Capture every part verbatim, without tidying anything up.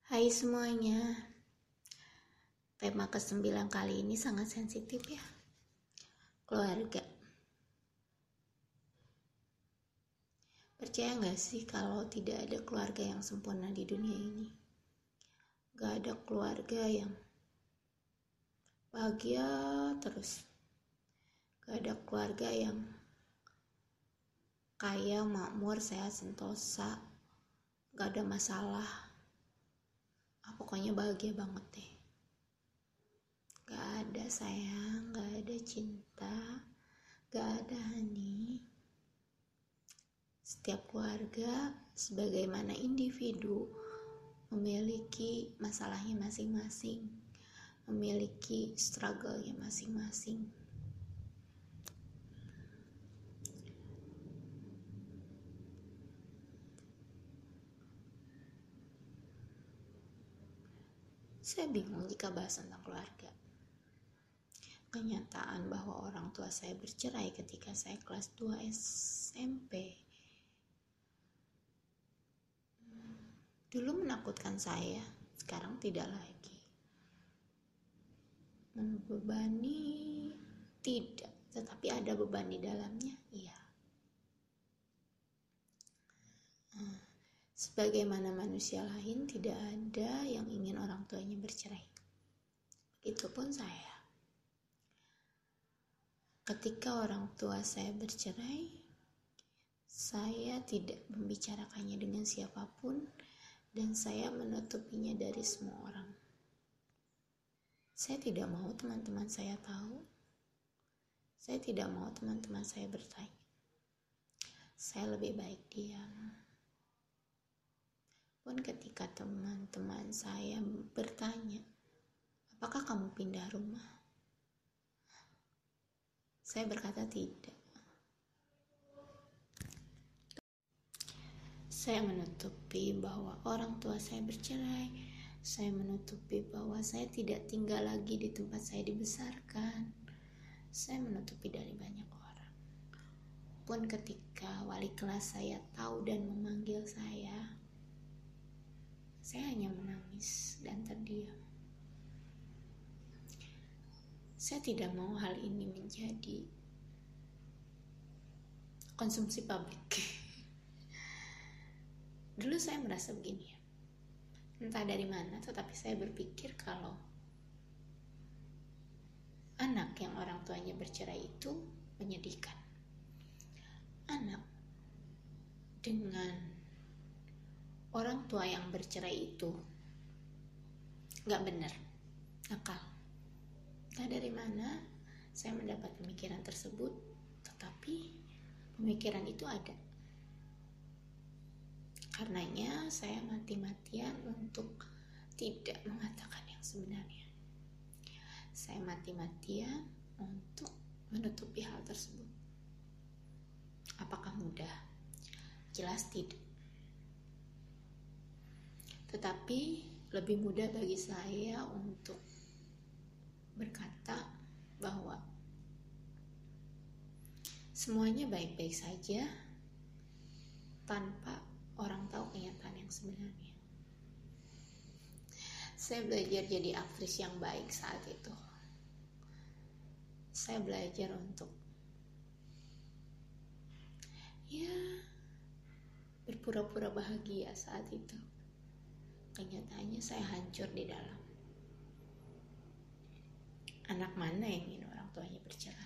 Hai semuanya, tema kesembilan kali ini sangat sensitif ya, keluarga. Percaya gak sih kalau tidak ada keluarga yang sempurna di dunia ini? Gak ada keluarga yang bahagia terus. Gak ada keluarga yang kaya, makmur, sehat, sentosa, gak ada masalah. Ah, pokoknya bahagia banget deh. Gak ada sayang, gak ada cinta, gak ada honey. Setiap keluarga sebagaimana individu memiliki masalahnya masing-masing, memiliki struggle-nya masing-masing. Saya bingung jika bahas tentang keluarga. Kenyataan bahwa orang tua saya bercerai ketika saya kelas dua S M P dulu menakutkan saya, sekarang tidak lagi. Membebani, tidak, tetapi ada beban di dalamnya, iya. Sebagaimana manusia lain, tidak ada yang ingin orang tuanya bercerai. Begitupun saya. Ketika orang tua saya bercerai, saya tidak membicarakannya dengan siapapun, dan saya menutupinya dari semua orang. Saya tidak mau teman-teman saya tahu. Saya tidak mau teman-teman saya bertanya. Saya lebih baik diam. Pun ketika teman-teman saya bertanya, apakah kamu pindah rumah? Saya berkata tidak. Saya menutupi bahwa orang tua saya bercerai. Saya menutupi bahwa saya tidak tinggal lagi di tempat saya dibesarkan. Saya menutupi dari banyak orang. Pun ketika wali kelas saya tahu dan memanggil saya, saya hanya menangis dan terdiam. Saya tidak mau hal ini menjadi konsumsi publik. Dulu saya merasa begini ya, entah dari mana, tetapi saya berpikir kalau anak yang orang tuanya bercerai itu menyedihkan. Anak dengan orang tua yang bercerai itu gak benar, nakal. Entah dari mana saya mendapat pemikiran tersebut, tetapi pemikiran itu ada. Karenanya saya mati-matian untuk tidak mengatakan yang sebenarnya. Saya mati-matian untuk menutupi hal tersebut. Apakah mudah? Jelas tidak. Tetapi lebih mudah bagi saya untuk berkata bahwa semuanya baik-baik saja tanpa orang tahu kenyataan yang sebenarnya. Saya belajar jadi aktris yang baik saat itu. Saya belajar untuk ya berpura-pura bahagia saat itu. Kenyataannya saya hancur di dalam. Anak mana yang ingin orang tuanya bercerai?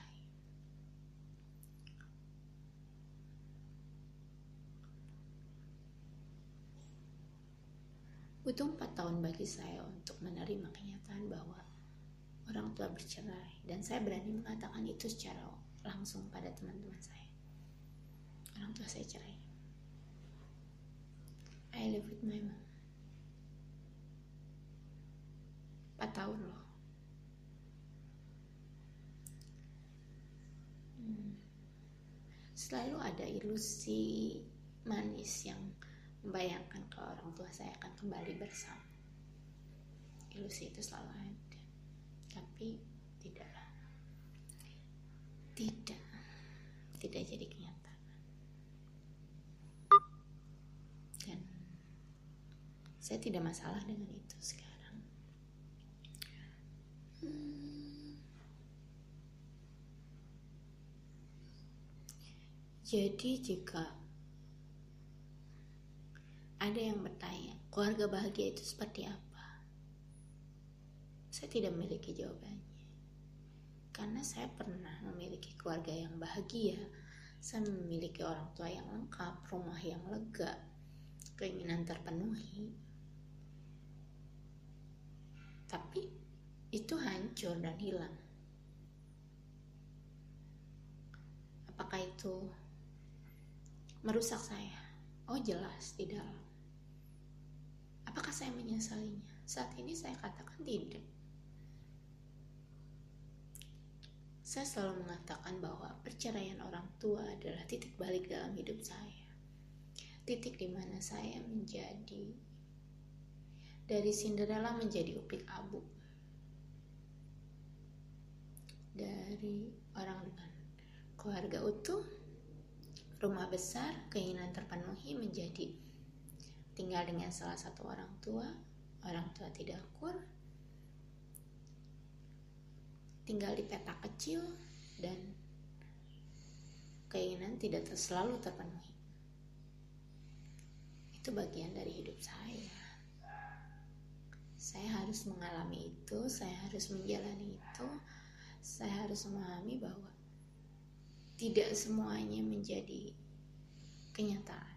Butuh empat tahun bagi saya untuk menerima kenyataan bahwa orang tua bercerai, dan saya berani mengatakan itu secara langsung pada teman-teman saya. Orang tua saya cerai. I live with my mom. empat tahun loh. Hmm. Selalu ada ilusi manis yang membayangkan kalau orang tua saya akan kembali bersama. Ilusi itu selalu ada, tapi tidaklah, tidak, tidak jadi kenyataan. Dan Saya tidak masalah dengan itu sekarang. Hmm. Jadi jika ada yang bertanya, keluarga bahagia itu seperti apa? Saya tidak memiliki jawabannya. Karena saya pernah memiliki keluarga yang bahagia. Saya memiliki orang tua yang lengkap, rumah yang lega, keinginan terpenuhi. Tapi itu hancur dan hilang. Apakah itu merusak saya? Oh jelas tidak. Apakah saya menyesalinya? Saat ini saya katakan tidak. Saya selalu mengatakan bahwa perceraian orang tua adalah titik balik dalam hidup saya. Titik di mana saya menjadi dari Cinderella menjadi Upik Abu. Dari orang dengan keluarga utuh, rumah besar, keinginan terpenuhi menjadi tinggal dengan salah satu orang tua, orang tua tidak akur, tinggal di petak kecil, dan keinginan tidak selalu terpenuhi. Itu bagian dari hidup saya. Saya harus mengalami itu, saya harus menjalani itu, saya harus memahami bahwa tidak semuanya menjadi kenyataan.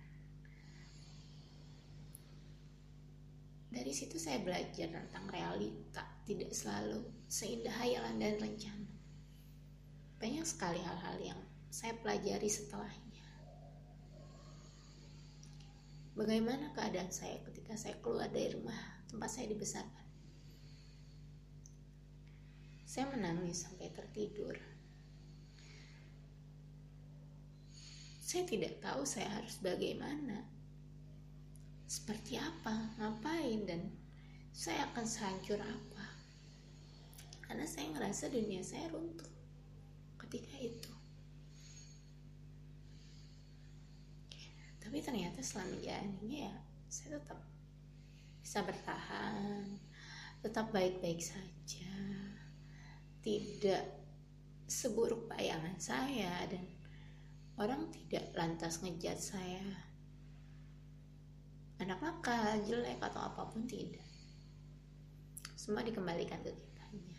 Dari situ saya belajar tentang realita, tidak selalu seindah hayalan dan rencana. Banyak sekali hal-hal yang saya pelajari setelahnya. Bagaimana keadaan saya ketika saya keluar dari rumah tempat saya dibesarkan? Saya menangis sampai tertidur. Saya tidak tahu saya harus bagaimana, seperti apa, ngapain, dan saya akan sehancur apa. Karena saya ngerasa dunia saya runtuh ketika itu. Tapi ternyata setelah menjalaninya ya saya tetap bisa bertahan, tetap baik-baik saja, tidak seburuk bayangan saya, dan orang tidak lantas ngejat saya anak nakal, jelek, atau apapun, tidak. Semua dikembalikan ke kitanya.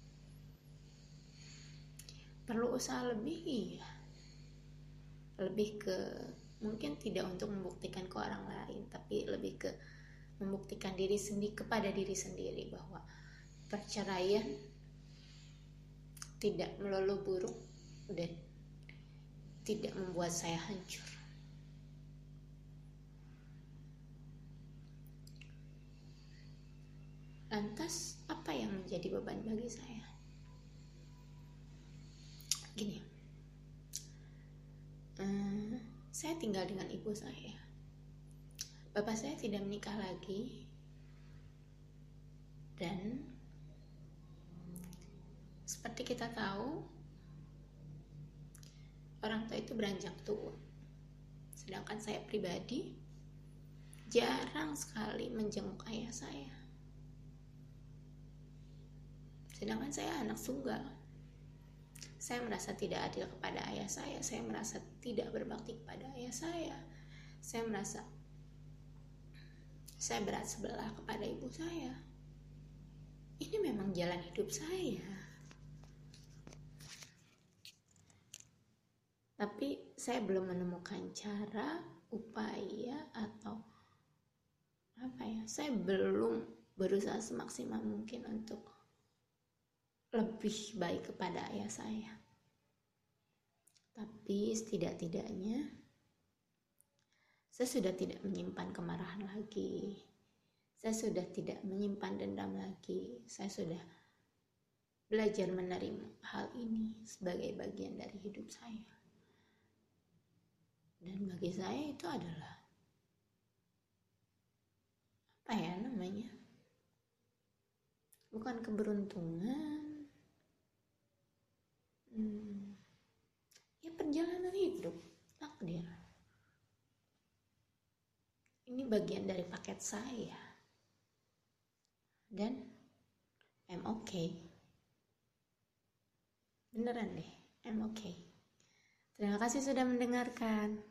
Perlu usaha lebih, iya. Lebih ke, mungkin tidak untuk membuktikan ke orang lain, tapi lebih ke membuktikan diri sendiri kepada diri sendiri bahwa perceraian tidak melulu buruk dan tidak membuat saya hancur. Lantas apa yang menjadi beban bagi saya? Gini, hmm, saya tinggal dengan ibu saya. Bapak saya tidak menikah lagi, dan seperti kita tahu, orang tua itu beranjak tua. Sedangkan saya pribadi jarang sekali menjenguk ayah saya. Sedangkan saya anak tunggal. Saya merasa tidak adil kepada ayah saya. Saya merasa tidak berbakti kepada ayah saya. Saya merasa saya berat sebelah kepada ibu saya. Ini memang jalan hidup saya. Tapi saya belum menemukan cara, upaya, atau apa ya, saya belum berusaha semaksimal mungkin untuk lebih baik kepada ayah saya. Tapi setidak-tidaknya saya sudah tidak menyimpan kemarahan lagi. Saya sudah tidak menyimpan dendam lagi. Saya sudah belajar menerima hal ini sebagai bagian dari hidup saya. Dan bagi saya itu adalah apa ya namanya? Bukan keberuntungan. Hmm, ya perjalanan hidup, takdir. Ini bagian dari paket saya. dan I'm okay. Beneran deh, I'm okay. Terima kasih sudah mendengarkan.